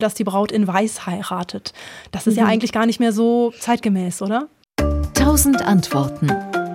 dass die Braut in Weiß heiratet. Das ist ja eigentlich gar nicht mehr so zeitgemäß, oder? 1000 Antworten.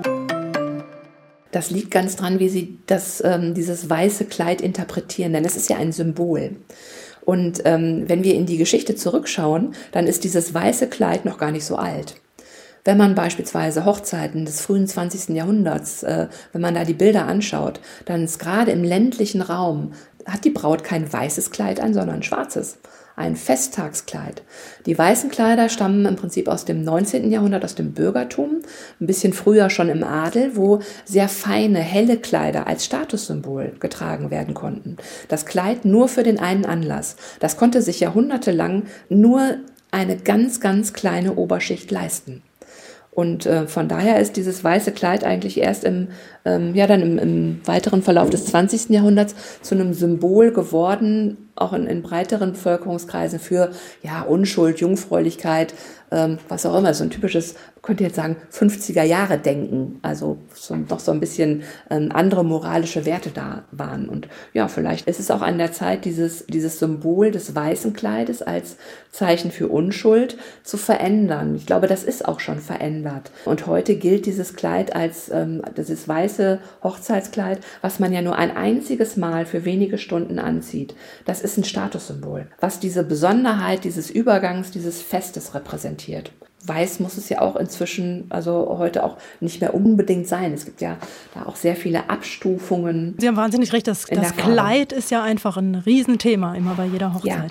Das liegt ganz dran, wie Sie dieses weiße Kleid interpretieren, denn es ist ja ein Symbol. Und wenn wir in die Geschichte zurückschauen, dann ist dieses weiße Kleid noch gar nicht so alt. Wenn man beispielsweise Hochzeiten des frühen 20. Jahrhunderts, wenn man da die Bilder anschaut, dann ist gerade im ländlichen Raum, hat die Braut kein weißes Kleid an, sondern ein schwarzes. Ein Festtagskleid. Die weißen Kleider stammen im Prinzip aus dem 19. Jahrhundert, aus dem Bürgertum, ein bisschen früher schon im Adel, wo sehr feine, helle Kleider als Statussymbol getragen werden konnten. Das Kleid nur für den einen Anlass. Das konnte sich jahrhundertelang nur eine ganz, ganz kleine Oberschicht leisten. Und von daher ist dieses weiße Kleid eigentlich erst im weiteren Verlauf des 20. Jahrhunderts zu einem Symbol geworden, auch in breiteren Bevölkerungskreisen für Unschuld, Jungfräulichkeit, was auch immer. So ein typisches, könnt ihr jetzt sagen, 50er-Jahre-Denken. Also doch so ein bisschen andere moralische Werte da waren. Und ja, vielleicht ist es auch an der Zeit, dieses Symbol des weißen Kleides als Zeichen für Unschuld zu verändern. Ich glaube, das ist auch schon verändert. Und heute gilt dieses Kleid als dieses weiße Hochzeitskleid, was man ja nur ein einziges Mal für wenige Stunden anzieht. Das ist ein Statussymbol, was diese Besonderheit dieses Übergangs, dieses Festes repräsentiert. Weiß muss es ja auch inzwischen, also heute auch nicht mehr unbedingt sein. Es gibt ja da auch sehr viele Abstufungen. Sie haben wahnsinnig recht, das Kleid ist ja einfach ein Riesenthema immer bei jeder Hochzeit.